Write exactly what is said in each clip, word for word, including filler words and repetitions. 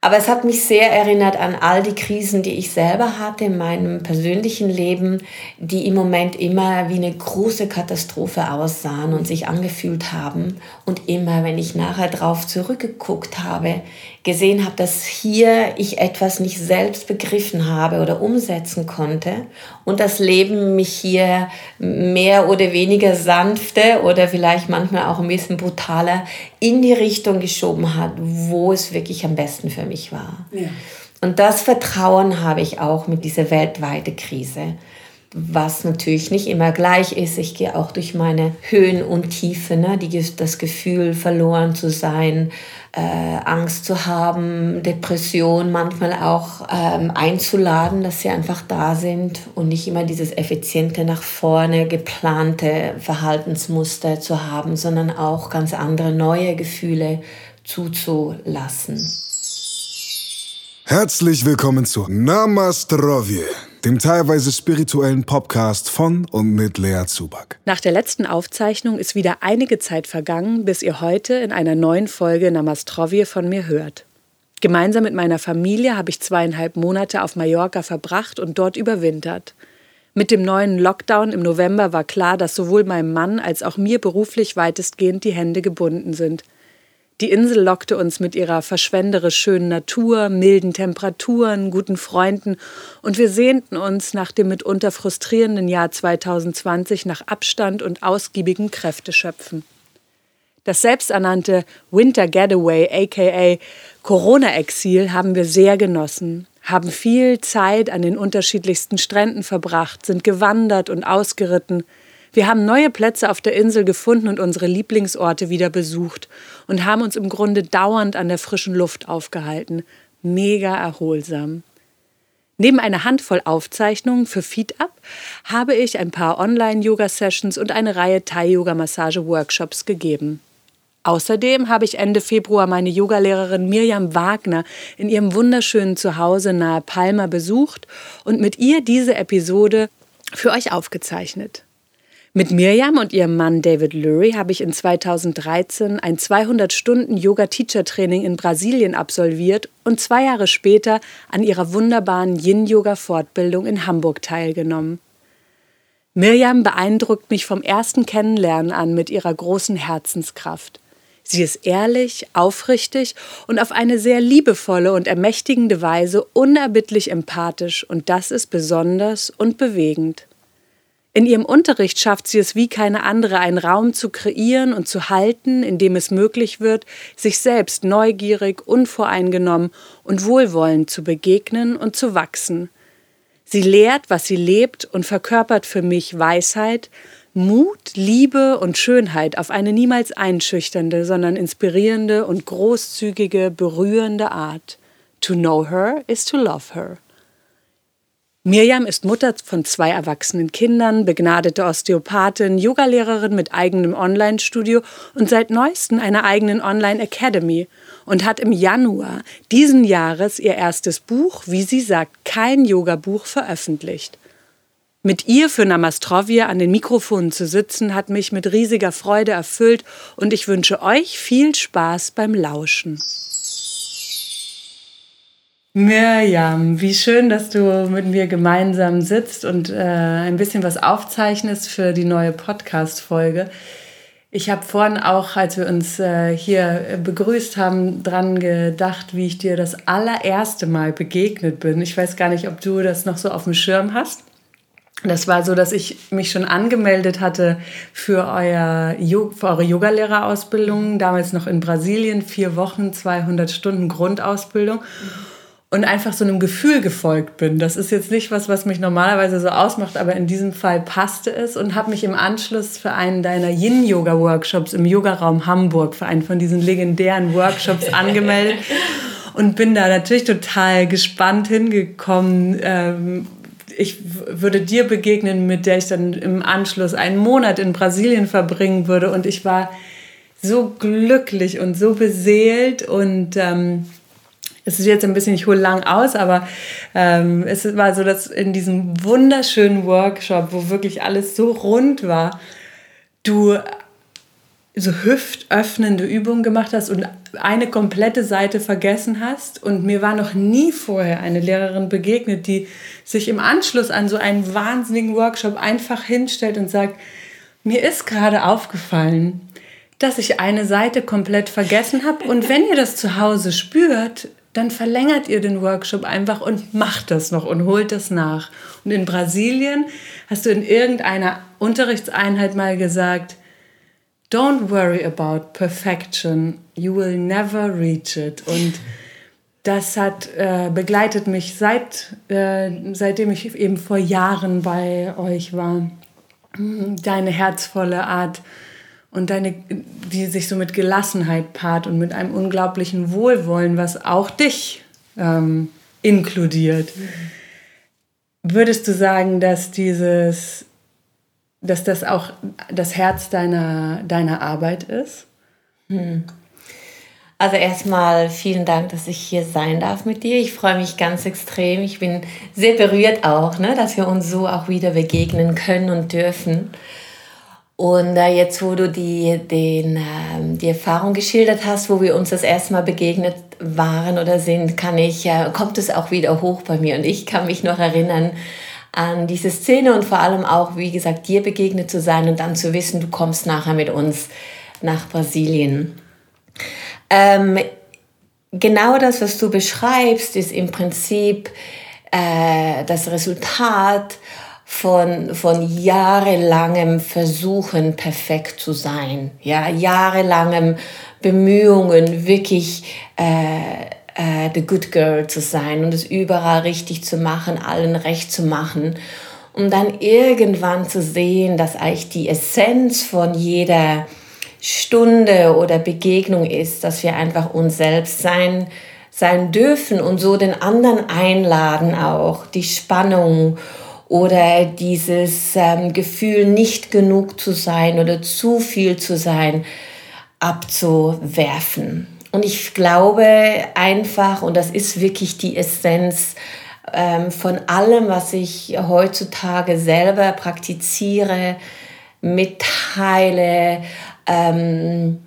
Aber es hat mich sehr erinnert an all die Krisen, die ich selber hatte in meinem persönlichen Leben, die im Moment immer wie eine große Katastrophe aussahen und sich angefühlt haben. Und immer, wenn ich nachher drauf zurückgeguckt habe, gesehen habe, dass hier ich etwas nicht selbst begriffen habe oder umsetzen konnte und das Leben mich hier mehr oder weniger sanfte oder vielleicht manchmal auch ein bisschen brutaler in die Richtung geschoben hat, wo es wirklich am besten für mich war. Ja. Und das Vertrauen habe ich auch mit dieser weltweiten Krise, was natürlich nicht immer gleich ist. Ich gehe auch durch meine Höhen und Tiefen, ne? Die, das Gefühl, verloren zu sein, äh, Angst zu haben, Depression manchmal auch ähm, einzuladen, dass sie einfach da sind und nicht immer dieses effiziente, nach vorne geplante Verhaltensmuster zu haben, sondern auch ganz andere neue Gefühle zuzulassen. Herzlich willkommen zu Namastrovje, dem teilweise spirituellen Podcast von und mit Lea Zubak. Nach der letzten Aufzeichnung ist wieder einige Zeit vergangen, bis ihr heute in einer neuen Folge Namastrovje von mir hört. Gemeinsam mit meiner Familie habe ich zweieinhalb Monate auf Mallorca verbracht und dort überwintert. Mit dem neuen Lockdown im November war klar, dass sowohl meinem Mann als auch mir beruflich weitestgehend die Hände gebunden sind. Die Insel lockte uns mit ihrer verschwenderisch schönen Natur, milden Temperaturen, guten Freunden und wir sehnten uns nach dem mitunter frustrierenden Jahr zwanzig zwanzig nach Abstand und ausgiebigem Kräfteschöpfen. Das selbsternannte Winter Getaway, aka Corona-Exil, haben wir sehr genossen, haben viel Zeit an den unterschiedlichsten Stränden verbracht, sind gewandert und ausgeritten. Wir haben neue Plätze auf der Insel gefunden und unsere Lieblingsorte wieder besucht und haben uns im Grunde dauernd an der frischen Luft aufgehalten. Mega erholsam. Neben einer Handvoll Aufzeichnungen für FeedUp habe ich ein paar Online-Yoga-Sessions und eine Reihe Thai-Yoga-Massage-Workshops gegeben. Außerdem habe ich Ende Februar meine Yogalehrerin Mirjam Wagner in ihrem wunderschönen Zuhause nahe Palma besucht und mit ihr diese Episode für euch aufgezeichnet. Mit Mirjam und ihrem Mann David Lurie habe ich in zweitausenddreizehn ein zweihundert-Stunden-Yoga-Teacher-Training in Brasilien absolviert und zwei Jahre später an ihrer wunderbaren Yin-Yoga-Fortbildung in Hamburg teilgenommen. Mirjam beeindruckt mich vom ersten Kennenlernen an mit ihrer großen Herzenskraft. Sie ist ehrlich, aufrichtig und auf eine sehr liebevolle und ermächtigende Weise unerbittlich empathisch und das ist besonders und bewegend. In ihrem Unterricht schafft sie es wie keine andere, einen Raum zu kreieren und zu halten, in dem es möglich wird, sich selbst neugierig, unvoreingenommen und wohlwollend zu begegnen und zu wachsen. Sie lehrt, was sie lebt und verkörpert für mich Weisheit, Mut, Liebe und Schönheit auf eine niemals einschüchternde, sondern inspirierende und großzügige, berührende Art. To know her is to love her. Mirjam ist Mutter von zwei erwachsenen Kindern, begnadete Osteopathin, Yogalehrerin mit eigenem Online-Studio und seit neuestem einer eigenen Online-Academy und hat im Januar diesen Jahres ihr erstes Buch, wie sie sagt, kein Yoga-Buch, veröffentlicht. Mit ihr für Namastrovje an den Mikrofonen zu sitzen, hat mich mit riesiger Freude erfüllt und ich wünsche euch viel Spaß beim Lauschen. Mirjam, wie schön, dass du mit mir gemeinsam sitzt und äh, ein bisschen was aufzeichnest für die neue Podcast-Folge. Ich habe vorhin auch, als wir uns äh, hier begrüßt haben, dran gedacht, wie ich dir das allererste Mal begegnet bin. Ich weiß gar nicht, ob du das noch so auf dem Schirm hast. Das war so, dass ich mich schon angemeldet hatte für, euer, für eure Yogalehrerausbildung, damals noch in Brasilien, vier Wochen, zweihundert Stunden Grundausbildung. Und einfach so einem Gefühl gefolgt bin. Das ist jetzt nicht was, was mich normalerweise so ausmacht, aber in diesem Fall passte es und habe mich im Anschluss für einen deiner Yin-Yoga-Workshops im Yogaraum Hamburg, für einen von diesen legendären Workshops angemeldet und bin da natürlich total gespannt hingekommen. Ich würde dir begegnen, mit der ich dann im Anschluss einen Monat in Brasilien verbringen würde und ich war so glücklich und so beseelt und ähm, es ist jetzt ein bisschen, ich hole lang aus, aber ähm, es war so, dass in diesem wunderschönen Workshop, wo wirklich alles so rund war, du so hüftöffnende Übungen gemacht hast und eine komplette Seite vergessen hast. Und mir war noch nie vorher eine Lehrerin begegnet, die sich im Anschluss an so einen wahnsinnigen Workshop einfach hinstellt und sagt, mir ist gerade aufgefallen, dass ich eine Seite komplett vergessen habe. Und wenn ihr das zu Hause spürt, dann verlängert ihr den Workshop einfach und macht das noch und holt das nach. Und in Brasilien hast du in irgendeiner Unterrichtseinheit mal gesagt, don't worry about perfection, you will never reach it. Und das hat äh, begleitet mich seit, äh, seitdem ich eben vor Jahren bei euch war. Deine herzvolle Art und deine, die sich so mit Gelassenheit paart und mit einem unglaublichen Wohlwollen, was auch dich ähm, inkludiert. Mhm. Würdest du sagen, dass dieses dass das auch das Herz deiner, deiner Arbeit ist? Hm. Also erstmal vielen Dank, dass ich hier sein darf mit dir. Ich freue mich ganz extrem. Ich bin sehr berührt auch, ne, dass wir uns so auch wieder begegnen können und dürfen. Und äh, jetzt, wo du die, den, äh, die Erfahrung geschildert hast, wo wir uns das erste Mal begegnet waren oder sind, kann ich, äh, kommt es auch wieder hoch bei mir. Und ich kann mich noch erinnern an diese Szene und vor allem auch, wie gesagt, dir begegnet zu sein und dann zu wissen, du kommst nachher mit uns nach Brasilien. Ähm, genau das, was du beschreibst, ist im Prinzip äh, das Resultat von, von jahrelangem Versuchen, perfekt zu sein. Ja, jahrelangem Bemühungen, wirklich äh, Uh, the good girl zu sein und es überall richtig zu machen, allen recht zu machen, um dann irgendwann zu sehen, dass eigentlich die Essenz von jeder Stunde oder Begegnung ist, dass wir einfach uns selbst sein, sein dürfen und so den anderen einladen, auch die Spannung oder dieses ähm, Gefühl, nicht genug zu sein oder zu viel zu sein, abzuwerfen. Und ich glaube einfach, und das ist wirklich die Essenz ähm, von allem, was ich heutzutage selber praktiziere, mitteile, ähm,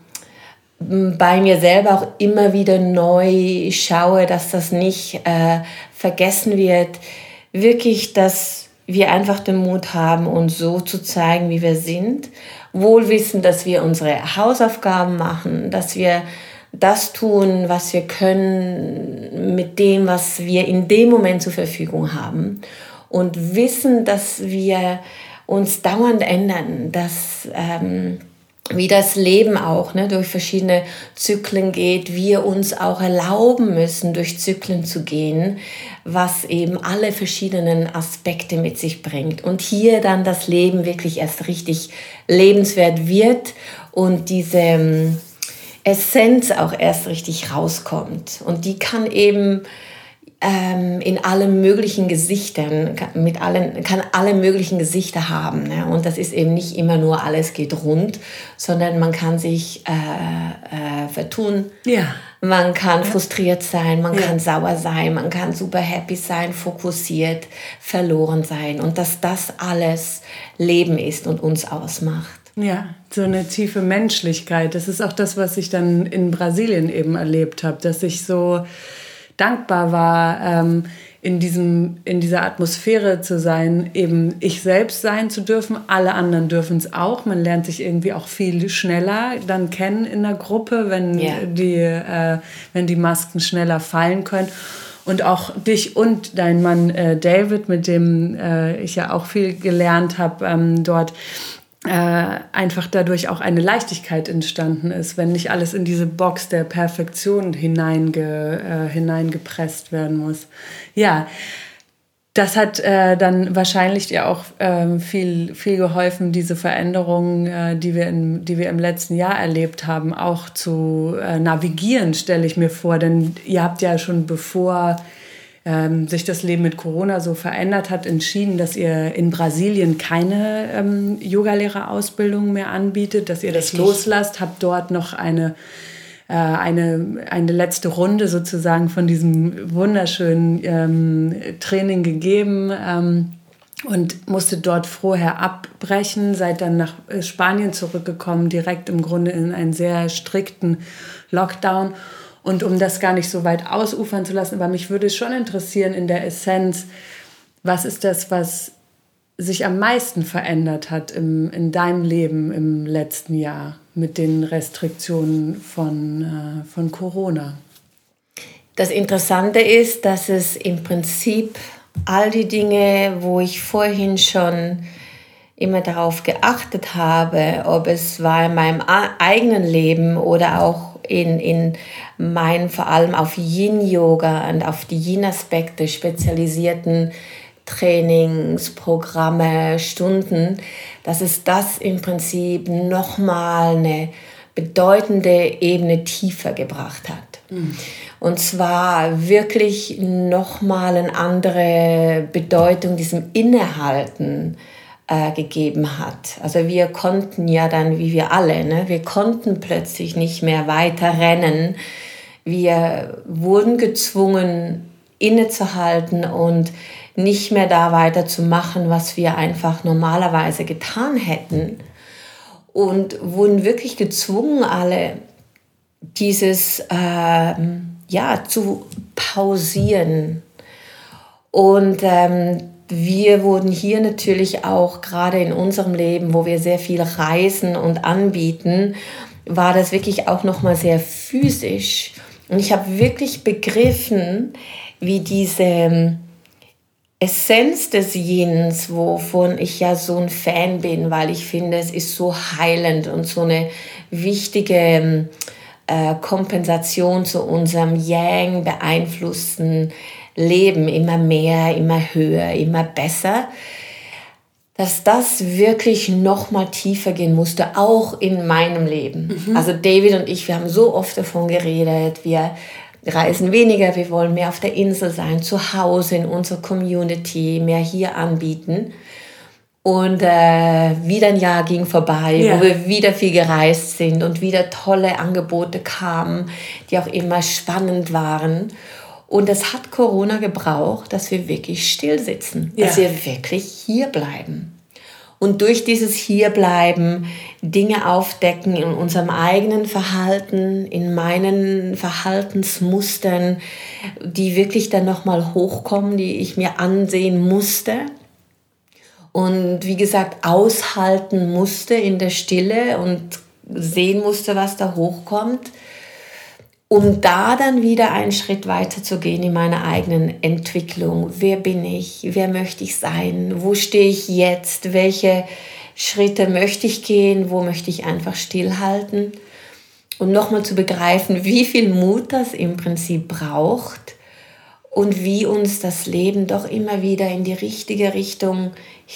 bei mir selber auch immer wieder neu schaue, dass das nicht äh, vergessen wird, wirklich, dass wir einfach den Mut haben, uns so zu zeigen, wie wir sind, wohl wissen, dass wir unsere Hausaufgaben machen, dass wir das tun, was wir können, mit dem, was wir in dem Moment zur Verfügung haben und wissen, dass wir uns dauernd ändern, dass ähm, wie das Leben auch ne, durch verschiedene Zyklen geht, wir uns auch erlauben müssen, durch Zyklen zu gehen, was eben alle verschiedenen Aspekte mit sich bringt und hier dann das Leben wirklich erst richtig lebenswert wird und diese Essenz auch erst richtig rauskommt. Und die kann eben ähm, in allen möglichen Gesichtern, kann, mit allen, kann alle möglichen Gesichter haben. Ne? Und das ist eben nicht immer nur, alles geht rund, sondern man kann sich äh, äh, vertun. Ja. Man kann ja. frustriert sein, man ja. kann sauer sein, man kann super happy sein, fokussiert, verloren sein. Und dass das alles Leben ist und uns ausmacht. Ja, so eine tiefe Menschlichkeit. Das ist auch das, was ich dann in Brasilien eben erlebt habe, dass ich so dankbar war, ähm, in diesem, in dieser Atmosphäre zu sein, eben ich selbst sein zu dürfen. Alle anderen dürfen es auch. Man lernt sich irgendwie auch viel schneller dann kennen in der Gruppe, wenn, yeah. die, äh, wenn die Masken schneller fallen können. Und auch dich und dein Mann äh, David, mit dem äh, ich ja auch viel gelernt habe ähm, dort, Äh, einfach dadurch auch eine Leichtigkeit entstanden ist, wenn nicht alles in diese Box der Perfektion hineinge, äh, hineingepresst werden muss. Ja, das hat äh, dann wahrscheinlich dir auch äh, viel, viel geholfen, diese Veränderungen, äh, die wir in, die wir im letzten Jahr erlebt haben, auch zu äh, navigieren, stelle ich mir vor. Denn ihr habt ja schon bevor Ähm, sich das Leben mit Corona so verändert hat, entschieden, dass ihr in Brasilien keine ähm, Yogalehrerausbildung mehr anbietet, dass ihr das Richtig. loslasst, habt dort noch eine, äh, eine, eine letzte Runde sozusagen von diesem wunderschönen ähm, Training gegeben. Ähm, und musste dort vorher abbrechen, seid dann nach Spanien zurückgekommen, direkt im Grunde in einen sehr strikten Lockdown. Und um das gar nicht so weit ausufern zu lassen, aber mich würde schon interessieren in der Essenz, was ist das, was sich am meisten verändert hat im, in deinem Leben im letzten Jahr mit den Restriktionen von, äh, von Corona? Das Interessante ist, dass es im Prinzip all die Dinge, wo ich vorhin schon immer darauf geachtet habe, ob es war in meinem eigenen Leben oder auch in, in meinen vor allem auf Yin-Yoga und auf die Yin-Aspekte spezialisierten Trainings, Programme, Stunden, dass es das im Prinzip nochmal eine bedeutende Ebene tiefer gebracht hat. Mhm. Und zwar wirklich nochmal eine andere Bedeutung diesem Innehalten äh, gegeben hat. Also wir konnten ja dann, wie wir alle, ne, wir konnten plötzlich nicht mehr weiter rennen. Wir wurden gezwungen, innezuhalten und nicht mehr da weiterzumachen, was wir einfach normalerweise getan hätten. Und wurden wirklich gezwungen, alle dieses äh, ja, zu pausieren. Und ähm, wir wurden hier natürlich auch gerade in unserem Leben, wo wir sehr viel reisen und anbieten, war das wirklich auch nochmal sehr physisch. Und ich habe wirklich begriffen, wie diese Essenz des Yins, wovon ich ja so ein Fan bin, weil ich finde, es ist so heilend und so eine wichtige äh, Kompensation zu unserem Yang beeinflussten Leben, immer mehr, immer höher, immer besser, dass das wirklich noch mal tiefer gehen musste, auch in meinem Leben. Mhm. Also David und ich, wir haben so oft davon geredet, wir reisen weniger, wir wollen mehr auf der Insel sein, zu Hause in unserer Community, mehr hier anbieten. Und äh, wieder ein Jahr ging vorbei, ja. wo wir wieder viel gereist sind und wieder tolle Angebote kamen, die auch immer spannend waren. Und es hat Corona gebraucht, dass wir wirklich still sitzen, ja. dass wir wirklich hier bleiben. Und durch dieses Hierbleiben Dinge aufdecken in unserem eigenen Verhalten, in meinen Verhaltensmustern, die wirklich dann nochmal hochkommen, die ich mir ansehen musste. Und wie gesagt, aushalten musste in der Stille und sehen musste, was da hochkommt, um da dann wieder einen Schritt weiter zu gehen in meiner eigenen Entwicklung. Wer bin ich? Wer möchte ich sein? Wo stehe ich jetzt? Welche Schritte möchte ich gehen? Wo möchte ich einfach stillhalten? Und nochmal zu begreifen, wie viel Mut das im Prinzip braucht und wie uns das Leben doch immer wieder in die richtige Richtung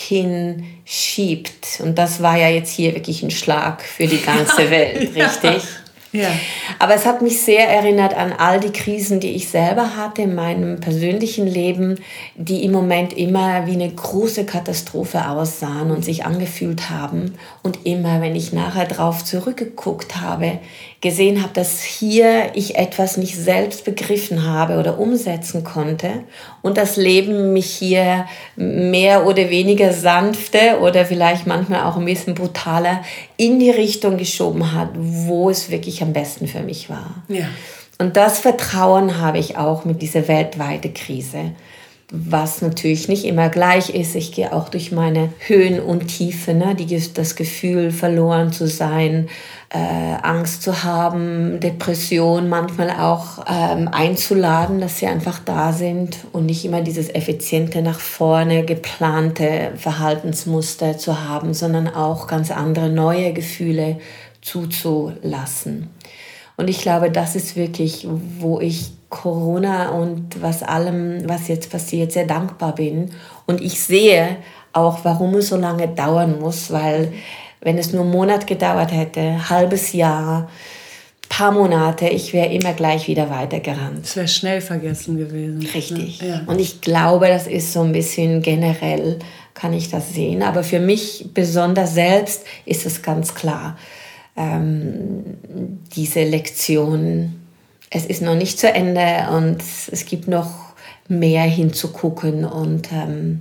hinschiebt. Und das war ja jetzt hier wirklich ein Schlag für die ganze Welt, ja. richtig? Ja. Aber es hat mich sehr erinnert an all die Krisen, die ich selber hatte in meinem persönlichen Leben, die im Moment immer wie eine große Katastrophe aussahen und sich angefühlt haben. Und immer, wenn ich nachher drauf zurückgeguckt habe, gesehen habe, dass hier ich etwas nicht selbst begriffen habe oder umsetzen konnte und das Leben mich hier mehr oder weniger sanfte oder vielleicht manchmal auch ein bisschen brutaler in die Richtung geschoben hat, wo es wirklich am besten für mich war. Ja. Und das Vertrauen habe ich auch mit dieser weltweiten Krise, was natürlich nicht immer gleich ist. Ich gehe auch durch meine Höhen und Tiefen, ne? Die, das Gefühl, verloren zu sein, äh, Angst zu haben, Depression manchmal auch ähm, einzuladen, dass sie einfach da sind und nicht immer dieses effiziente, nach vorne geplante Verhaltensmuster zu haben, sondern auch ganz andere neue Gefühle zuzulassen. Und ich glaube, das ist wirklich, wo ich Corona und was allem, was jetzt passiert, sehr dankbar bin. Und ich sehe auch, warum es so lange dauern muss, weil wenn es nur einen Monat gedauert hätte, halbes Jahr, paar Monate, ich wäre immer gleich wieder weitergerannt. Es wäre schnell vergessen gewesen. Richtig. Ja. Und ich glaube, das ist so ein bisschen generell, kann ich das sehen. Aber für mich besonders selbst ist es ganz klar, ähm, diese Lektion, es ist noch nicht zu Ende und es gibt noch mehr hinzugucken und ähm,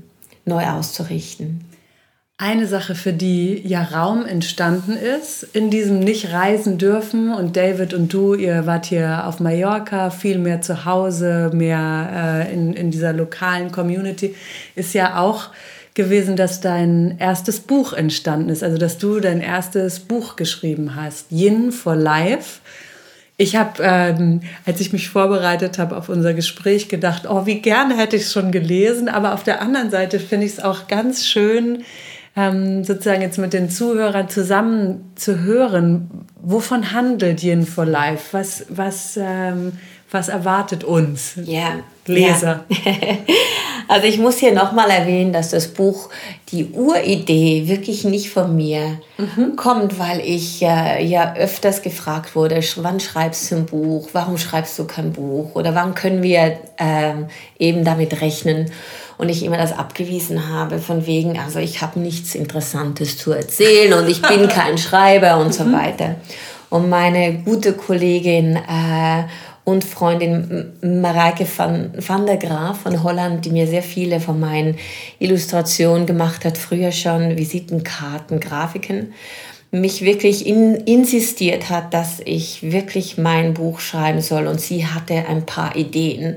neu auszurichten. Eine Sache, für die ja Raum entstanden ist, in diesem nicht reisen dürfen, und David und du, ihr wart hier auf Mallorca, viel mehr zu Hause, mehr äh, in, in dieser lokalen Community, ist ja auch gewesen, dass dein erstes Buch entstanden ist, also dass du dein erstes Buch geschrieben hast, Yin for Life. Ich habe, ähm, als ich mich vorbereitet habe auf unser Gespräch, gedacht, oh, wie gerne hätte ich es schon gelesen, aber auf der anderen Seite finde ich es auch ganz schön, ähm, sozusagen jetzt mit den Zuhörern zusammen zu hören, wovon handelt Yin for Life, was, was, ähm, was erwartet uns, ja, Leser? Ja. Also ich muss hier nochmal erwähnen, dass das Buch, die Uridee, wirklich nicht von mir mhm. kommt, weil ich äh, ja öfters gefragt wurde, wann schreibst du ein Buch, warum schreibst du kein Buch oder wann können wir äh, eben damit rechnen. Und ich immer das abgewiesen habe, von wegen, also ich habe nichts Interessantes zu erzählen und ich bin kein Schreiber und so weiter. Und meine gute Kollegin äh, und Freundin Marijke van, van der Graaf von Holland, die mir sehr viele von meinen Illustrationen gemacht hat, früher schon Visitenkarten, Grafiken, mich wirklich in, insistiert hat, dass ich wirklich mein Buch schreiben soll. Und sie hatte ein paar Ideen.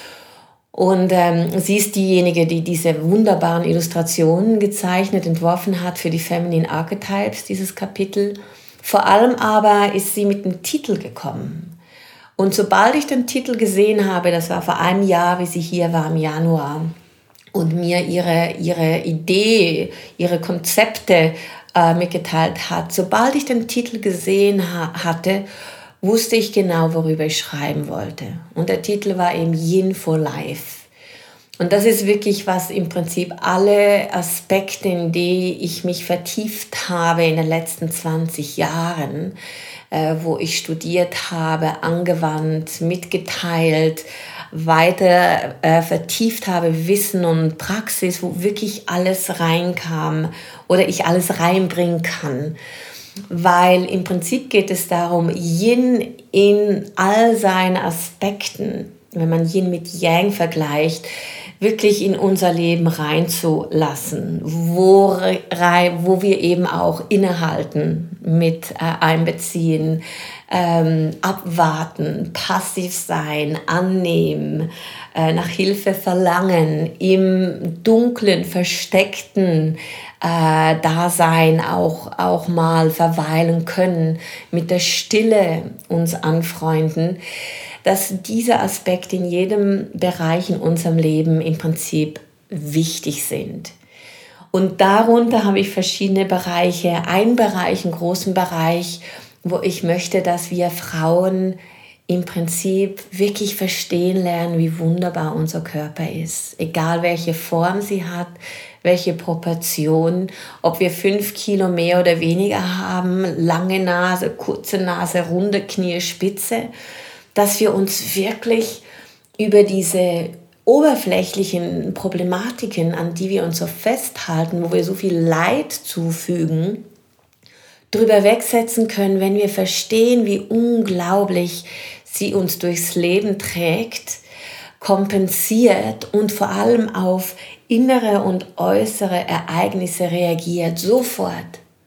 Und ähm, sie ist diejenige, die diese wunderbaren Illustrationen gezeichnet, entworfen hat für die Feminine Archetypes, dieses Kapitel. Vor allem aber ist sie mit dem Titel gekommen. Und sobald ich den Titel gesehen habe, das war vor einem Jahr, wie sie hier war im Januar, und mir ihre, ihre Idee, ihre Konzepte äh, mitgeteilt hat, sobald ich den Titel gesehen ha- hatte, wusste ich genau, worüber ich schreiben wollte. Und der Titel war eben Yin for Life. Und das ist wirklich, was im Prinzip alle Aspekte, in die ich mich vertieft habe in den letzten zwanzig Jahren, äh, wo ich studiert habe, angewandt, mitgeteilt, weiter äh, vertieft habe, Wissen und Praxis, wo wirklich alles reinkam oder ich alles reinbringen kann. Weil im Prinzip geht es darum, Yin in all seinen Aspekten, wenn man Yin mit Yang vergleicht, wirklich in unser Leben reinzulassen, wo, wo wir eben auch innehalten, mit äh, einbeziehen, ähm, abwarten, passiv sein, annehmen, äh, nach Hilfe verlangen, im dunklen, versteckten äh, Dasein auch, auch mal verweilen können, mit der Stille uns anfreunden, dass diese Aspekte in jedem Bereich in unserem Leben im Prinzip wichtig sind. Und darunter habe ich verschiedene Bereiche. Ein Bereich, einen großen Bereich, wo ich möchte, dass wir Frauen im Prinzip wirklich verstehen lernen, wie wunderbar unser Körper ist. Egal welche Form sie hat, welche Proportion, ob wir fünf Kilo mehr oder weniger haben, lange Nase, kurze Nase, runde Knie, Spitze, dass wir uns wirklich über diese oberflächlichen Problematiken, an die wir uns so festhalten, wo wir so viel Leid zufügen, drüber wegsetzen können, wenn wir verstehen, wie unglaublich sie uns durchs Leben trägt, kompensiert und vor allem auf innere und äußere Ereignisse reagiert, sofort.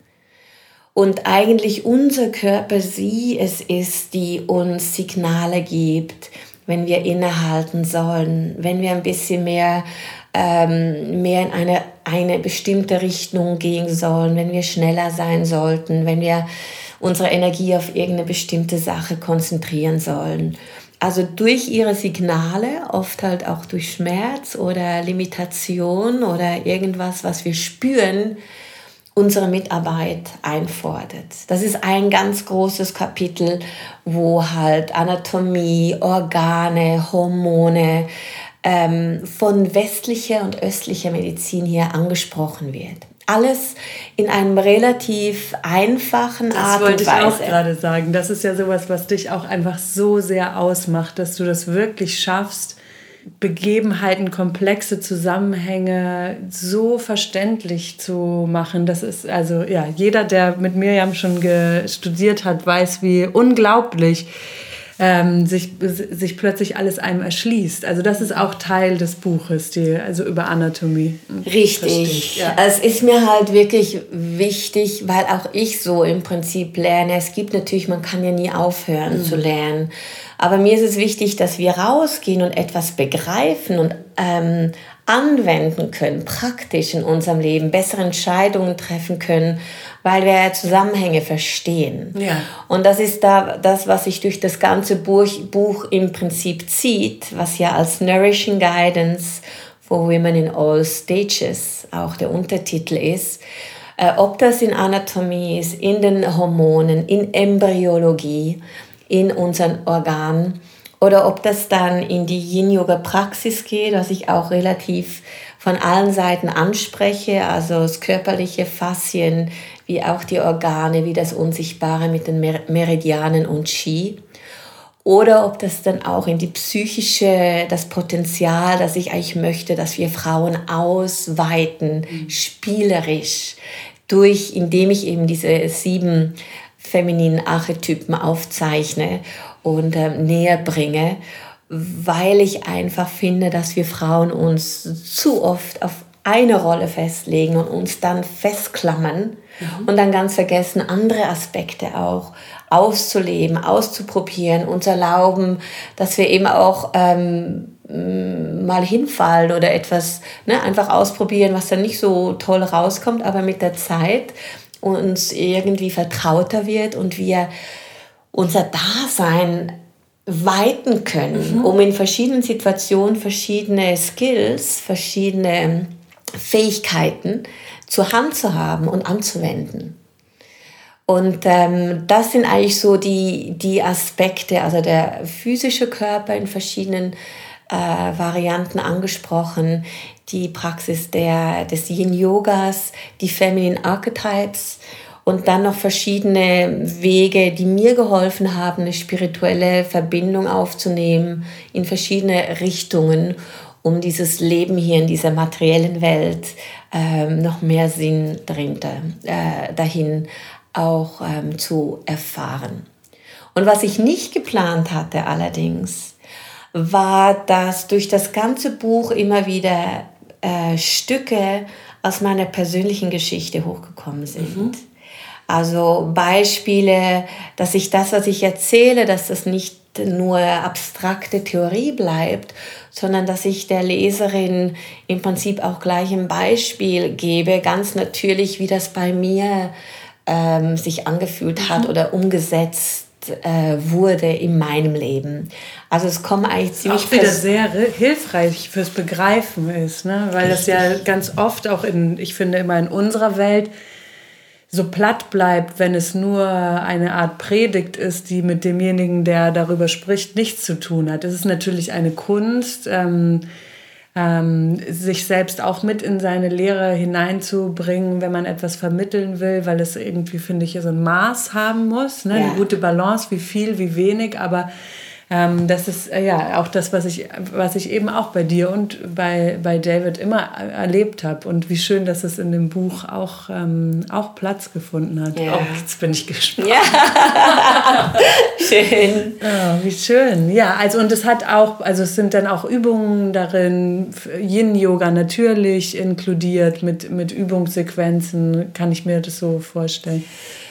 Und eigentlich unser Körper sie es ist, die uns Signale gibt, wenn wir innehalten sollen, wenn wir ein bisschen mehr, ähm, mehr in eine, eine bestimmte Richtung gehen sollen, wenn wir schneller sein sollten, wenn wir unsere Energie auf irgendeine bestimmte Sache konzentrieren sollen. Also durch ihre Signale, oft halt auch durch Schmerz oder Limitation oder irgendwas, was wir spüren, unsere Mitarbeit einfordert. Das ist ein ganz großes Kapitel, wo halt Anatomie, Organe, Hormone ähm, von westlicher und östlicher Medizin hier angesprochen wird. Alles in einem relativ einfachen Art und Weise. Das wollte ich auch gerade sagen. Das ist ja sowas, was dich auch einfach so sehr ausmacht, dass du das wirklich schaffst, Begebenheiten, komplexe Zusammenhänge so verständlich zu machen. Das ist also, ja, jeder, der mit Miriam schon studiert hat, weiß, wie unglaublich ähm, sich, sich plötzlich alles einem erschließt. Also das ist auch Teil des Buches, die, also über Anatomie. Richtig. Ja. Es ist mir halt wirklich wichtig, weil auch ich so im Prinzip lerne. Es gibt natürlich, man kann ja nie aufhören mhm. zu lernen. Aber mir ist es wichtig, dass wir rausgehen und etwas begreifen und ähm, anwenden können, praktisch in unserem Leben, bessere Entscheidungen treffen können, weil wir Zusammenhänge verstehen. Ja. Und das ist da das, was sich durch das ganze Buch, Buch im Prinzip zieht, was ja als Nourishing Guidance for Women in All Stages auch der Untertitel ist. Äh, ob das in Anatomie ist, in den Hormonen, in Embryologie, in unseren Organen, oder ob das dann in die Yin-Yoga-Praxis geht, was ich auch relativ von allen Seiten anspreche, also das körperliche Faszien, wie auch die Organe, wie das Unsichtbare mit den Mer- Meridianen und Qi. Oder ob das dann auch in die psychische, das Potenzial, das ich eigentlich möchte, dass wir Frauen ausweiten, mhm. spielerisch, durch, indem ich eben diese sieben femininen Archetypen aufzeichne und äh, näher bringe, weil ich einfach finde, dass wir Frauen uns zu oft auf eine Rolle festlegen und uns dann festklammern mhm. und dann ganz vergessen, andere Aspekte auch auszuleben, auszuprobieren, uns erlauben, dass wir eben auch ähm, mal hinfallen oder etwas ne, einfach ausprobieren, was dann nicht so toll rauskommt, aber mit der Zeit uns irgendwie vertrauter wird und wir unser Dasein weiten können, mhm. um in verschiedenen Situationen verschiedene Skills, verschiedene Fähigkeiten zur Hand zu haben und anzuwenden. Und ähm, das sind eigentlich so die, die Aspekte, also der physische Körper in verschiedenen äh, Varianten angesprochen, die Praxis der, des Yin-Yogas, die Feminine Archetypes und dann noch verschiedene Wege, die mir geholfen haben, eine spirituelle Verbindung aufzunehmen in verschiedene Richtungen, um dieses Leben hier in dieser materiellen Welt ähm, noch mehr Sinn dahinter, äh, dahin auch ähm, zu erfahren. Und was ich nicht geplant hatte allerdings, war, dass durch das ganze Buch immer wieder äh, Stücke aus meiner persönlichen Geschichte hochgekommen sind. Mhm. Also Beispiele, dass ich das, was ich erzähle, dass das nicht nur abstrakte Theorie bleibt, sondern dass ich der Leserin im Prinzip auch gleich ein Beispiel gebe, ganz natürlich, wie das bei mir ähm, sich angefühlt hat mhm. oder umgesetzt äh, wurde in meinem Leben. Also es kommen eigentlich ziemlich... Auch wieder sehr hilfreich fürs Begreifen ist, ne? Weil Richtig. Das ja ganz oft auch in, ich finde immer in unserer Welt so platt bleibt, wenn es nur eine Art Predigt ist, die mit demjenigen, der darüber spricht, nichts zu tun hat. Es ist natürlich eine Kunst, ähm, ähm, sich selbst auch mit in seine Lehre hineinzubringen, wenn man etwas vermitteln will, weil es irgendwie, finde ich, so ein Maß haben muss, ne? Ja. Eine gute Balance, wie viel, wie wenig, aber Ähm, das ist äh, ja auch das, was ich, was ich eben auch bei dir und bei, bei David immer erlebt habe. Und wie schön, dass es in dem Buch auch, ähm, auch Platz gefunden hat. Ja. Oh, jetzt bin ich gespannt. Ja. Schön. Oh, wie schön. Ja, also und es hat auch, also es sind dann auch Übungen darin, Yin-Yoga natürlich inkludiert mit, mit Übungssequenzen. Kann ich mir das so vorstellen?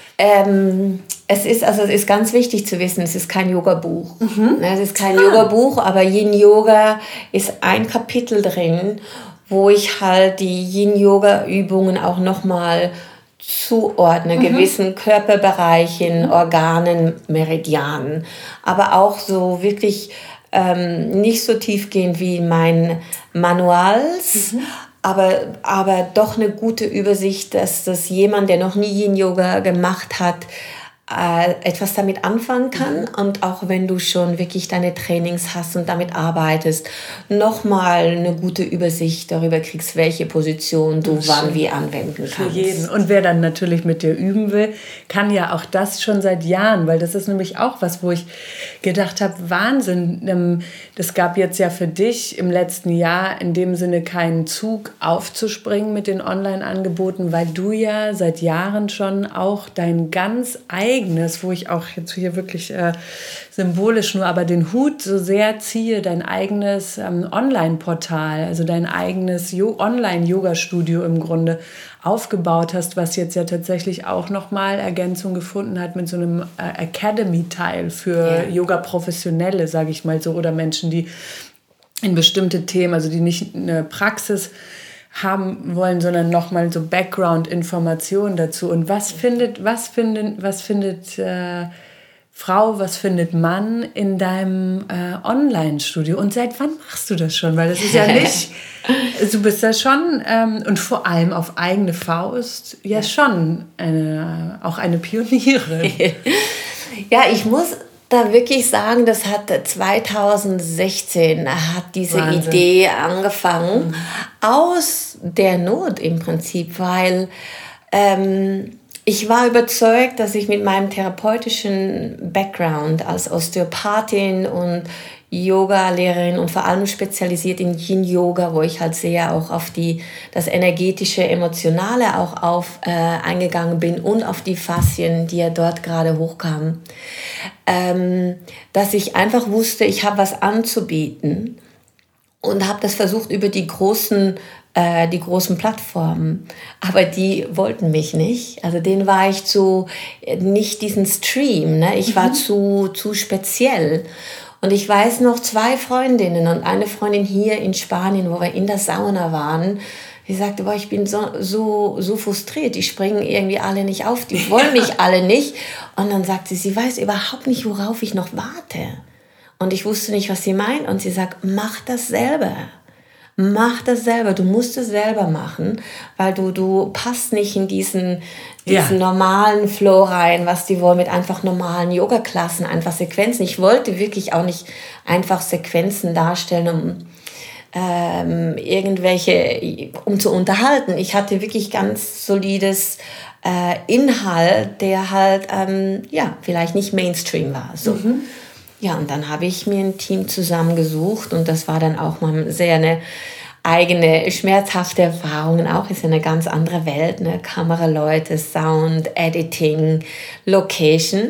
Ähm, es ist also es ist ganz wichtig zu wissen, es ist kein Yoga-Buch. Mhm. Es ist kein ah. Yoga-Buch, aber Yin-Yoga ist ein Kapitel drin, wo ich halt die Yin-Yoga-Übungen auch nochmal zuordne, mhm. gewissen Körperbereichen, mhm. Organen, Meridianen, aber auch so wirklich ähm, nicht so tiefgehend wie mein Manuals, mhm. Aber, aber doch eine gute Übersicht, dass das jemand, der noch nie Yin-Yoga gemacht hat, äh, etwas damit anfangen kann. Mhm. Und auch wenn du schon wirklich deine Trainings hast und damit arbeitest, nochmal eine gute Übersicht darüber kriegst, welche Position du wann wie anwenden kannst. Für jeden. Und wer dann natürlich mit dir üben will, kann ja auch das schon seit Jahren, weil das ist nämlich auch was, wo ich gedacht habe, Wahnsinn, das gab jetzt ja für dich im letzten Jahr in dem Sinne keinen Zug aufzuspringen mit den Online-Angeboten, weil du ja seit Jahren schon auch dein ganz eigenes eigenes, wo ich auch jetzt hier wirklich äh, symbolisch nur aber den Hut so sehr ziehe, dein eigenes ähm, Online-Portal, also dein eigenes Jo- Online-Yoga-Studio im Grunde aufgebaut hast, was jetzt ja tatsächlich auch nochmal Ergänzung gefunden hat mit so einem äh, Academy-Teil für ja. Yoga-Professionelle, sage ich mal so, oder Menschen, die in bestimmte Themen, also die nicht eine Praxis haben wollen, sondern nochmal so Background-Informationen dazu. Und was findet, was findet, was findet äh, Frau, was findet Mann in deinem äh, Online-Studio? Und seit wann machst du das schon? Weil das ist ja nicht, du bist ja schon, ähm, und vor allem auf eigene Faust, ja schon eine, auch eine Pionierin. Ja, ich muss da wirklich sagen, das hat zwanzig sechzehn hat diese Wahnsinn. Idee angefangen, mhm. aus der Not im Prinzip, weil ähm, ich war überzeugt, dass ich mit meinem therapeutischen Background als Osteopathin und Yoga-Lehrerin und vor allem spezialisiert in Yin-Yoga, wo ich halt sehr auch auf die, das energetische, emotionale auch auf, äh, eingegangen bin und auf die Faszien, die ja dort gerade hochkamen, ähm, dass ich einfach wusste, ich habe was anzubieten und habe das versucht über die großen äh, die großen Plattformen, aber die wollten mich nicht. Also denen war ich zu, nicht diesen Stream, ne? Ich war mhm. zu, zu speziell. Und ich weiß noch zwei Freundinnen und eine Freundin hier in Spanien, wo wir in der Sauna waren, die sagte, boah, ich bin so, so, so frustriert, die springen irgendwie alle nicht auf, die wollen mich alle nicht. Und dann sagt sie, sie weiß überhaupt nicht, worauf ich noch warte. Und ich wusste nicht, was sie meint. Und sie sagt, mach das selber. Mach das selber, du musst es selber machen, weil du, du passt nicht in diesen, diesen ja. normalen Flow rein, was die wollen mit einfach normalen Yoga-Klassen, einfach Sequenzen. Ich wollte wirklich auch nicht einfach Sequenzen darstellen, um ähm, irgendwelche, um zu unterhalten. Ich hatte wirklich ganz solides äh, Inhalt, der halt, ähm, ja, vielleicht nicht Mainstream war, so. Mhm. Ja, und dann habe ich mir ein Team zusammengesucht und das war dann auch mal sehr eine eigene schmerzhafte Erfahrung. Auch ist ja eine ganz andere Welt, ne? Kameraleute, Sound, Editing, Location.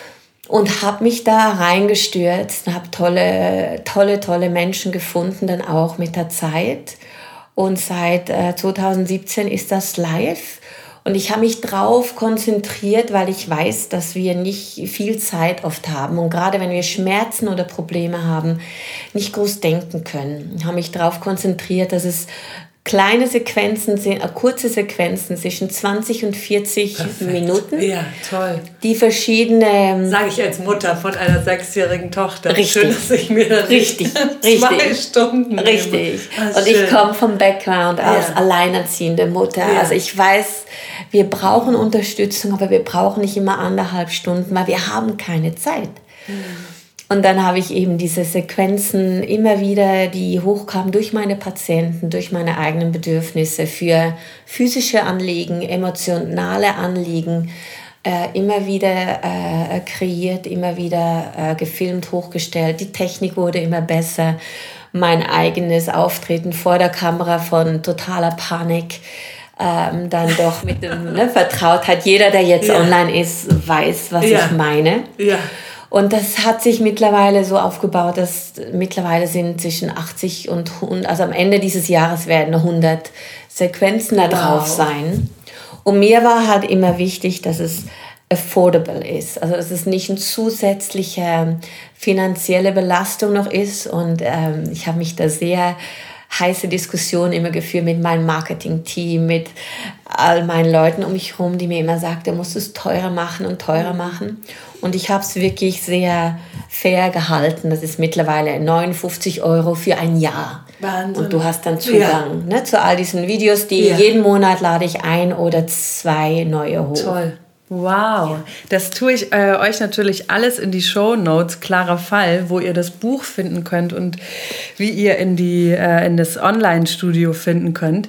Und habe mich da reingestürzt, habe tolle, tolle, tolle Menschen gefunden, dann auch mit der Zeit. Und seit äh, zwanzig siebzehn ist das live. Und ich habe mich drauf konzentriert, weil ich weiß, dass wir nicht viel Zeit oft haben. Und gerade wenn wir Schmerzen oder Probleme haben, nicht groß denken können. Ich habe mich drauf konzentriert, dass es kleine Sequenzen sind, äh, kurze Sequenzen zwischen zwanzig und vierzig Perfekt. Minuten. Ja, toll. Die verschiedene... Sage ich als Mutter von einer sechsjährigen Tochter. Richtig. Schön, dass ich mir das richtig, zwei richtig. Stunden nehme. Richtig. Ah, und ich komme vom Background als ja. alleinerziehende Mutter. Ja. Also ich weiß, wir brauchen Unterstützung, aber wir brauchen nicht immer anderthalb Stunden, weil wir haben keine Zeit. Mhm. Und dann habe ich eben diese Sequenzen immer wieder, die hochkamen durch meine Patienten, durch meine eigenen Bedürfnisse für physische Anliegen, emotionale Anliegen, äh, immer wieder äh, kreiert, immer wieder äh, gefilmt, hochgestellt. Die Technik wurde immer besser. Mein eigenes Auftreten vor der Kamera von totaler Panik, ähm, dann doch mit dem ne, Vertrautheit. Jeder, der jetzt ja. online ist, weiß, was ja. ich meine. Ja. Und das hat sich mittlerweile so aufgebaut, dass mittlerweile sind zwischen achtzig und hundert, also am Ende dieses Jahres werden hundert Sequenzen da drauf wow. sein. Und mir war halt immer wichtig, dass es affordable ist. Also dass es nicht eine zusätzliche finanzielle Belastung noch ist. Und ähm, ich habe mich da sehr heiße Diskussionen immer geführt mit meinem Marketing-Team, mit all meinen Leuten um mich herum, die mir immer sagten, du musst es teurer machen und teurer machen. Und ich habe es wirklich sehr fair gehalten. Das ist mittlerweile neunundfünfzig Euro für ein Jahr. Wahnsinn. Und du hast dann Zugang ja. ne, zu all diesen Videos, die ja. jeden Monat lade ich ein oder zwei neue hoch. Toll. Wow, ja. Das tue ich äh, euch natürlich alles in die Shownotes, klarer Fall, wo ihr das Buch finden könnt und wie ihr in, die, äh, in das Online-Studio finden könnt.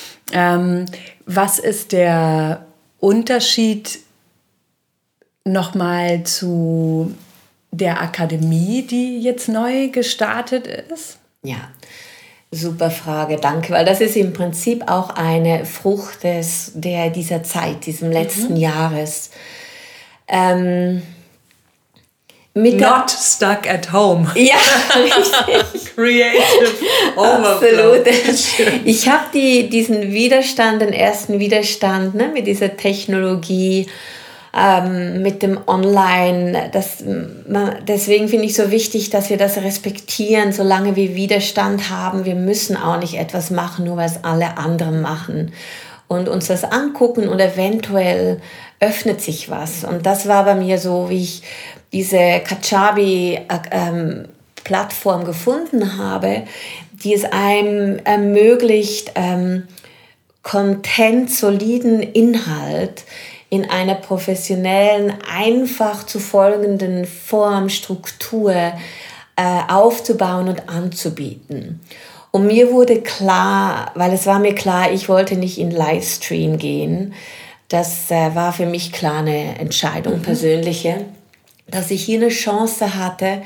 Ähm, was ist der Unterschied nochmal zu der Akademie, die jetzt neu gestartet ist? Ja, super Frage, danke. Weil das ist im Prinzip auch eine Frucht des, der, dieser Zeit, diesem letzten mhm. Jahres. Ähm, Mit Not stuck at home. Ja, richtig. Creative Overflow. Absolut. Ich habe die, diesen Widerstand, den ersten Widerstand, ne, mit dieser Technologie, ähm, mit dem Online. Das, man, deswegen finde ich so wichtig, dass wir das respektieren, solange wir Widerstand haben. Wir müssen auch nicht etwas machen, nur weil es alle anderen machen. Und uns das angucken und eventuell öffnet sich was. Und das war bei mir so, wie ich diese Kajabi-Plattform ähm, gefunden habe, die es einem ermöglicht, ähm, Content, soliden Inhalt in einer professionellen, einfach zu folgenden Form, Struktur äh, aufzubauen und anzubieten. Und mir wurde klar, weil es war mir klar, ich wollte nicht in Livestream gehen. Das äh, war für mich klar eine Entscheidung, mhm. persönliche, dass ich hier eine Chance hatte,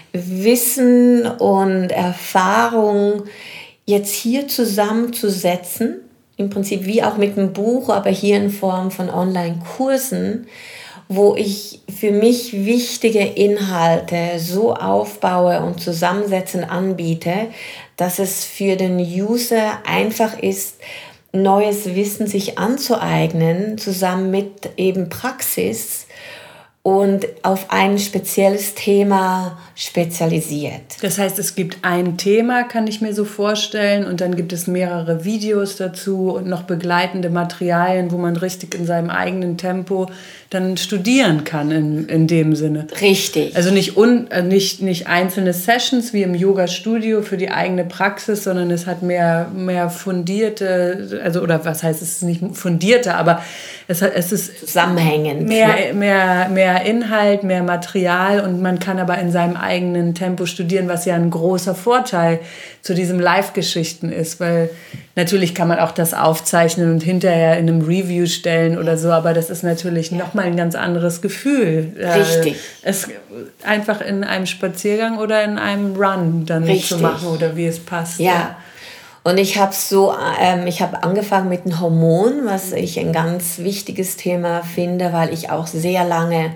Wissen und Erfahrung jetzt hier zusammenzusetzen, im Prinzip wie auch mit einem Buch, aber hier in Form von Online-Kursen, wo ich für mich wichtige Inhalte so aufbaue und zusammensetzen anbiete, dass es für den User einfach ist, neues Wissen sich anzueignen, zusammen mit eben Praxis und auf ein spezielles Thema spezialisiert. Das heißt, es gibt ein Thema, kann ich mir so vorstellen, und dann gibt es mehrere Videos dazu und noch begleitende Materialien, wo man richtig in seinem eigenen Tempo dann studieren kann in, in dem Sinne. Richtig. Also nicht, un, nicht, nicht einzelne Sessions wie im Yoga-Studio für die eigene Praxis, sondern es hat mehr, mehr fundierte, also oder was heißt, es ist nicht fundierte, aber es, hat, es ist zusammenhängend. Mehr, mehr, mehr Inhalt, mehr Material, und man kann aber in seinem eigenen Tempo studieren, was ja ein großer Vorteil zu diesem Live-Geschichten ist, weil natürlich kann man auch das aufzeichnen und hinterher in einem Review stellen oder so, aber das ist natürlich ja. nochmal ein ganz anderes Gefühl. Richtig. Es einfach in einem Spaziergang oder in einem Run dann Richtig. zu machen oder wie es passt. Ja. ja. Und ich habe so, ähm, ich habe angefangen mit den Hormonen, was ich ein ganz wichtiges Thema finde, weil ich auch sehr lange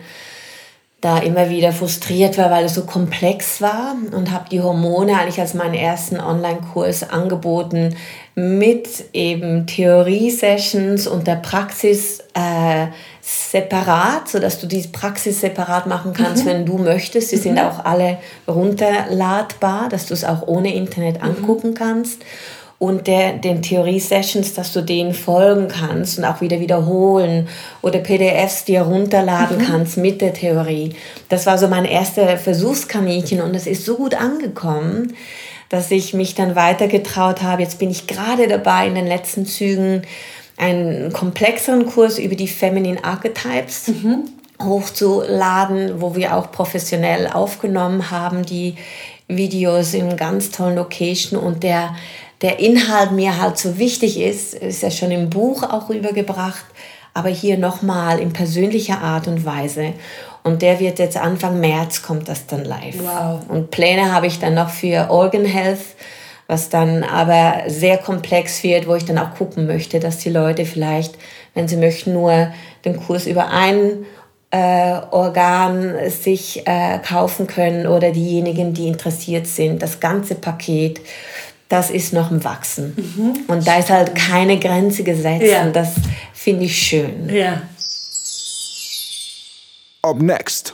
da immer wieder frustriert war, weil es so komplex war, und habe die Hormone eigentlich als meinen ersten Online-Kurs angeboten mit eben Theorie-Sessions und der Praxis äh, separat, sodass du die Praxis separat machen kannst, mhm. wenn du möchtest. Die mhm. sind auch alle runterladbar, dass du es auch ohne Internet mhm. angucken kannst. Und der, den Theorie-Sessions, dass du denen folgen kannst und auch wieder wiederholen oder P D Fs dir runterladen mhm. kannst mit der Theorie. Das war so mein erster Versuchskaninchen, und es ist so gut angekommen, dass ich mich dann weitergetraut habe. Jetzt bin ich gerade dabei, in den letzten Zügen einen komplexeren Kurs über die Feminine Archetypes mhm. hochzuladen, wo wir auch professionell aufgenommen haben, die Videos in ganz tollen Location, und der der Inhalt mir halt so wichtig ist, ist ja schon im Buch auch rübergebracht, aber hier nochmal in persönlicher Art und Weise. Und der wird jetzt Anfang März, kommt das dann live. Wow. Und Pläne habe ich dann noch für Organ Health, was dann aber sehr komplex wird, wo ich dann auch gucken möchte, dass die Leute vielleicht, wenn sie möchten, nur den Kurs über ein äh, Organ sich äh, kaufen können, oder diejenigen, die interessiert sind, das ganze Paket. Das ist noch im Wachsen. Mhm. Und da ist halt keine Grenze gesetzt. Ja. Und das finde ich schön. Ja. Up next,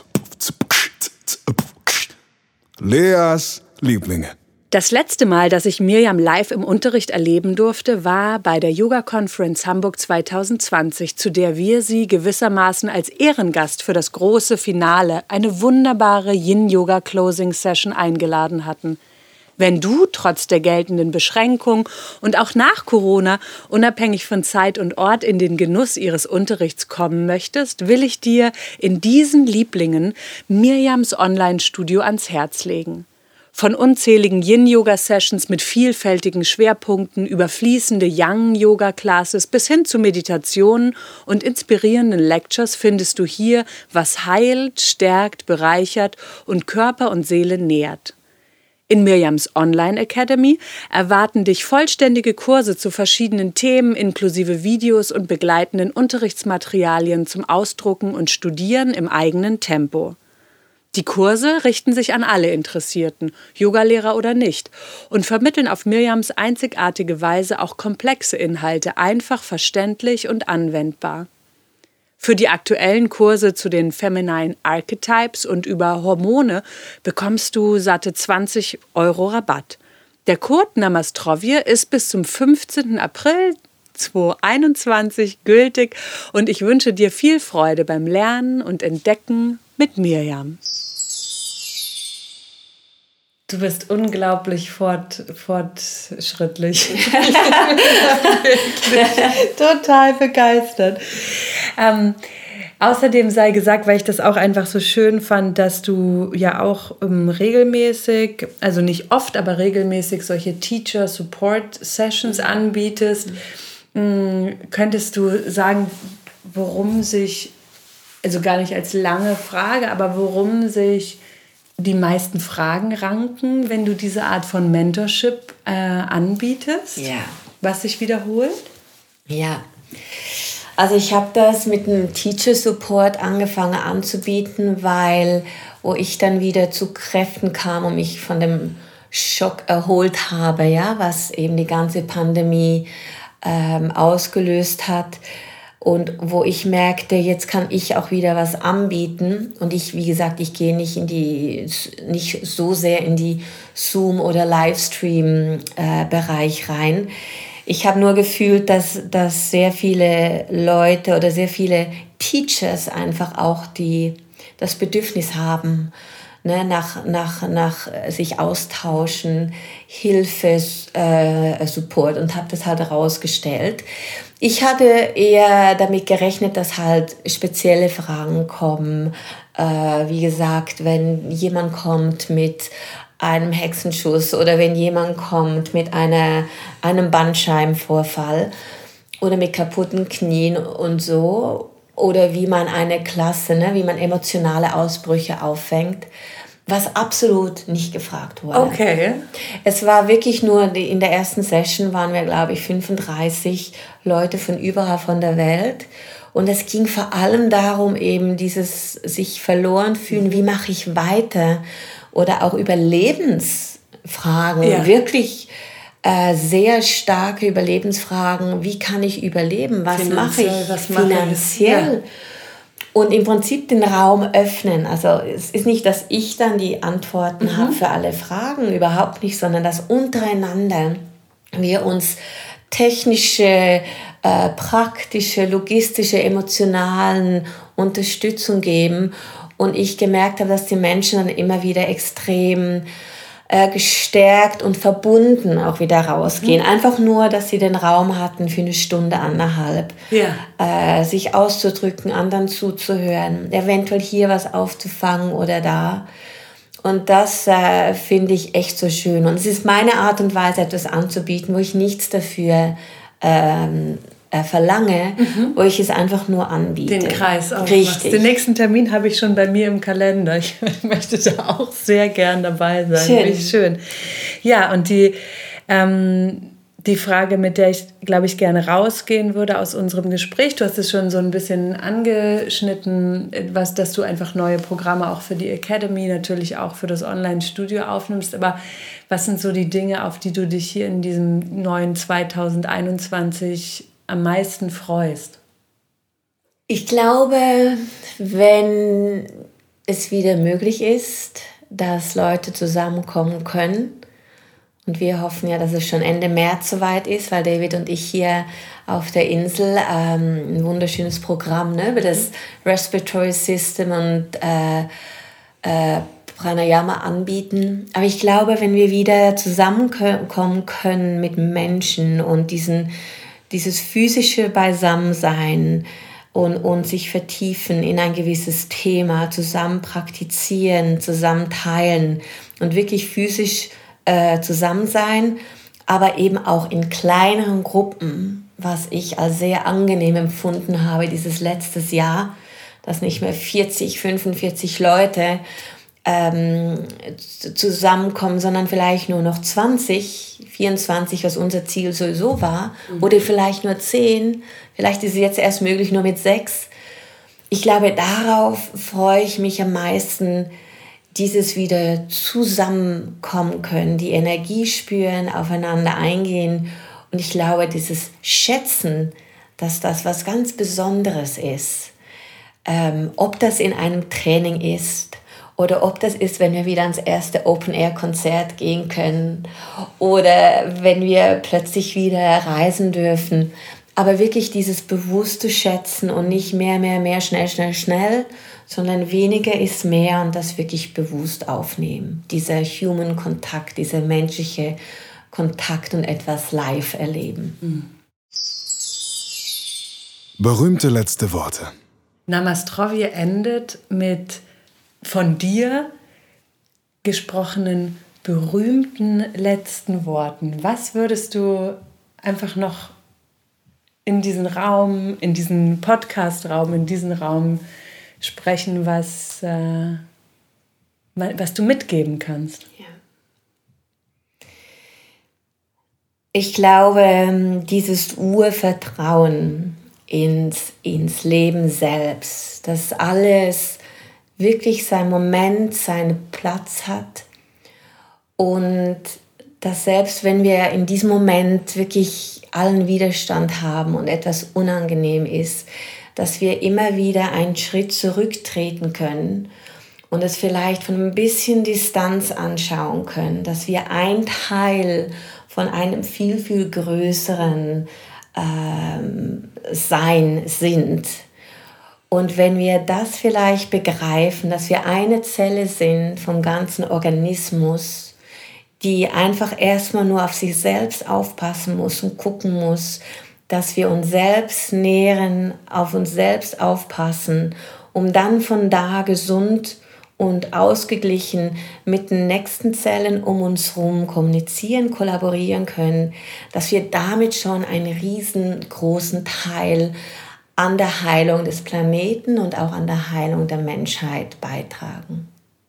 Leas Lieblinge. Das letzte Mal, dass ich Mirjam live im Unterricht erleben durfte, war bei der Yoga Conference Hamburg zwanzig zwanzig, zu der wir sie gewissermaßen als Ehrengast für das große Finale, eine wunderbare Yin-Yoga-Closing-Session eingeladen hatten. Wenn du trotz der geltenden Beschränkung und auch nach Corona unabhängig von Zeit und Ort in den Genuss ihres Unterrichts kommen möchtest, will ich dir in diesen Lieblingen Mirjams Online-Studio ans Herz legen. Von unzähligen Yin-Yoga-Sessions mit vielfältigen Schwerpunkten über fließende Yang-Yoga-Classes bis hin zu Meditationen und inspirierenden Lectures findest du hier, was heilt, stärkt, bereichert und Körper und Seele nährt. In Mirjams Online Academy erwarten dich vollständige Kurse zu verschiedenen Themen inklusive Videos und begleitenden Unterrichtsmaterialien zum Ausdrucken und Studieren im eigenen Tempo. Die Kurse richten sich an alle Interessierten, Yogalehrer oder nicht, und vermitteln auf Mirjams einzigartige Weise auch komplexe Inhalte einfach verständlich und anwendbar. Für die aktuellen Kurse zu den Feminine Archetypes und über Hormone bekommst du satte zwanzig Euro Rabatt. Der Code Namastrovje ist bis zum fünfzehnten April zweitausendeinundzwanzig gültig und ich wünsche dir viel Freude beim Lernen und Entdecken mit Mirjam. Du bist unglaublich fort, fortschrittlich. Total begeistert. Ähm, außerdem sei gesagt, weil ich das auch einfach so schön fand, dass du ja auch ähm, regelmäßig, also nicht oft, aber regelmäßig solche Teacher-Support-Sessions anbietest. Mhm. Könntest du sagen, worum sich, also gar nicht als lange Frage, aber worum sich die meisten Fragen ranken, wenn du diese Art von Mentorship äh, anbietest? Ja. Was sich wiederholt? Ja. Also ich habe das mit einem Teacher Support angefangen anzubieten, weil wo ich dann wieder zu Kräften kam und mich von dem Schock erholt habe, ja, was eben die ganze Pandemie ähm, ausgelöst hat. Und wo ich merkte, jetzt kann ich auch wieder was anbieten. Und ich, wie gesagt, ich gehe nicht in die, nicht so sehr in die Zoom- oder Livestream-Bereich rein. Ich habe nur gefühlt, dass, dass sehr viele Leute oder sehr viele Teachers einfach auch die, das Bedürfnis haben, ne, nach, nach, nach sich austauschen, Hilfe, äh, Support, und habe das halt herausgestellt. Ich hatte eher damit gerechnet, dass halt spezielle Fragen kommen. Äh, wie gesagt, wenn jemand kommt mit einem Hexenschuss oder wenn jemand kommt mit einer, einem Bandscheibenvorfall oder mit kaputten Knien und so. Oder wie man eine Klasse, ne, wie man emotionale Ausbrüche auffängt. Was absolut nicht gefragt wurde. Okay. Es war wirklich nur, in der ersten Session waren wir, glaube ich, fünfunddreißig Leute von überall von der Welt. Und es ging vor allem darum, eben dieses sich verloren fühlen, wie mache ich weiter? Oder auch Überlebensfragen, ja. Wirklich äh, sehr starke Überlebensfragen. Wie kann ich überleben? Was mache ich was finanziell? Ja. Und im Prinzip den Raum öffnen. Also es ist nicht, dass ich dann die Antworten mhm. habe für alle Fragen, überhaupt nicht, sondern dass untereinander wir uns technische, äh, praktische, logistische, emotionalen Unterstützung geben. Und ich gemerkt habe, dass die Menschen dann immer wieder extrem äh, gestärkt und verbunden auch wieder rausgehen. Mhm. Einfach nur, dass sie den Raum hatten für eine Stunde, anderthalb. Ja. Äh, sich auszudrücken, anderen zuzuhören, eventuell hier was aufzufangen oder da. Und das äh, finde ich echt so schön. Und es ist meine Art und Weise, etwas anzubieten, wo ich nichts dafür ähm, äh, verlange, mhm. wo ich es einfach nur anbiete. Den Kreis aufmachst. Richtig. Den nächsten Termin habe ich schon bei mir im Kalender. Ich möchte da auch sehr gern dabei sein. Schön. Wie schön. Ja, und die, ähm, die Frage, mit der ich, glaube ich, gerne rausgehen würde aus unserem Gespräch, du hast es schon so ein bisschen angeschnitten, was, dass du einfach neue Programme auch für die Academy, natürlich auch für das Online-Studio aufnimmst, aber was sind so die Dinge, auf die du dich hier in diesem neuen zweitausendeinundzwanzig am meisten freust? Ich glaube, wenn es wieder möglich ist, dass Leute zusammenkommen können, und wir hoffen ja, dass es schon Ende März soweit ist, weil David und ich hier auf der Insel ähm, ein wunderschönes Programm, ne, über das Respiratory System und äh, äh, Pranayama anbieten. Aber ich glaube, wenn wir wieder zusammenkommen können mit Menschen und diesen dieses physische Beisammensein und, und sich vertiefen in ein gewisses Thema, zusammen praktizieren, zusammen teilen und wirklich physisch äh, zusammen sein, aber eben auch in kleineren Gruppen, was ich als sehr angenehm empfunden habe, dieses letztes Jahr, dass nicht mehr vierzig, fünfundvierzig Leute ähm, zusammenkommen, sondern vielleicht nur noch zwanzig, vierundzwanzig, was unser Ziel sowieso war, mhm. oder vielleicht nur zehn, vielleicht ist es jetzt erst möglich nur mit sechs. Ich glaube, darauf freue ich mich am meisten, dieses wieder zusammenkommen können, die Energie spüren, aufeinander eingehen. Und ich glaube, dieses Schätzen, dass das was ganz Besonderes ist, ähm, ob das in einem Training ist oder ob das ist, wenn wir wieder ans erste Open-Air-Konzert gehen können oder wenn wir plötzlich wieder reisen dürfen. Aber wirklich dieses bewusste Schätzen und nicht mehr, mehr, mehr, schnell, schnell, schnell, sondern weniger ist mehr und das wirklich bewusst aufnehmen. Dieser Human Kontakt, dieser menschliche Kontakt und etwas live erleben. Mhm. Berühmte letzte Worte. Namastrovje endet mit von dir gesprochenen berühmten letzten Worten. Was würdest du einfach noch in diesen Raum, in diesen Podcast-Raum, in diesen Raum sprechen, was, äh, was du mitgeben kannst? Ja. Ich glaube, dieses Urvertrauen ins, ins Leben selbst, dass alles wirklich seinen Moment, seinen Platz hat und dass selbst wenn wir in diesem Moment wirklich allen Widerstand haben und etwas unangenehm ist, dass wir immer wieder einen Schritt zurücktreten können und es vielleicht von ein bisschen Distanz anschauen können, dass wir ein Teil von einem viel, viel größeren ähm, Sein sind. Und wenn wir das vielleicht begreifen, dass wir eine Zelle sind vom ganzen Organismus, die einfach erstmal nur auf sich selbst aufpassen muss und gucken muss, dass wir uns selbst nähren, auf uns selbst aufpassen, um dann von da gesund und ausgeglichen mit den nächsten Zellen um uns herum kommunizieren, kollaborieren können, dass wir damit schon einen riesengroßen Teil an der Heilung des Planeten und auch an der Heilung der Menschheit beitragen.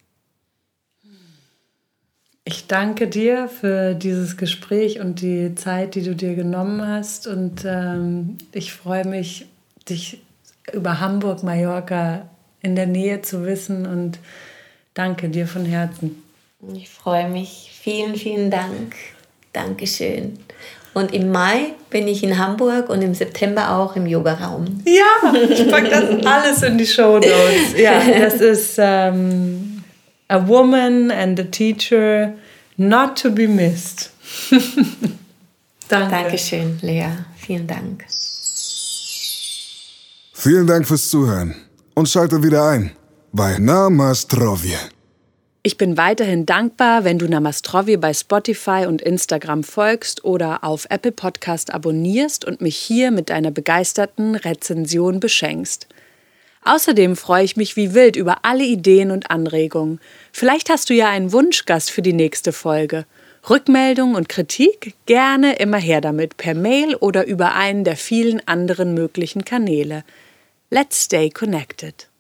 Ich danke dir für dieses Gespräch und die Zeit, die du dir genommen hast. Und ähm, ich freue mich, dich über Hamburg, Mallorca in der Nähe zu wissen. Und danke dir von Herzen. Ich freue mich. Vielen, vielen Dank. Dankeschön. Und im Mai bin ich in Hamburg und im September auch im Yoga-Raum. Ja, ich packe das alles in die Shownotes. Ja, das ist ähm, A Woman and a Teacher not to be missed. Danke. Dankeschön, Lea. Vielen Dank. Vielen Dank fürs Zuhören und schalte wieder ein bei Namastrovje. Ich bin weiterhin dankbar, wenn du Namastrovje bei Spotify und Instagram folgst oder auf Apple Podcast abonnierst und mich hier mit deiner begeisterten Rezension beschenkst. Außerdem freue ich mich wie wild über alle Ideen und Anregungen. Vielleicht hast du ja einen Wunschgast für die nächste Folge. Rückmeldung und Kritik? Gerne immer her damit, per Mail oder über einen der vielen anderen möglichen Kanäle. Let's stay connected.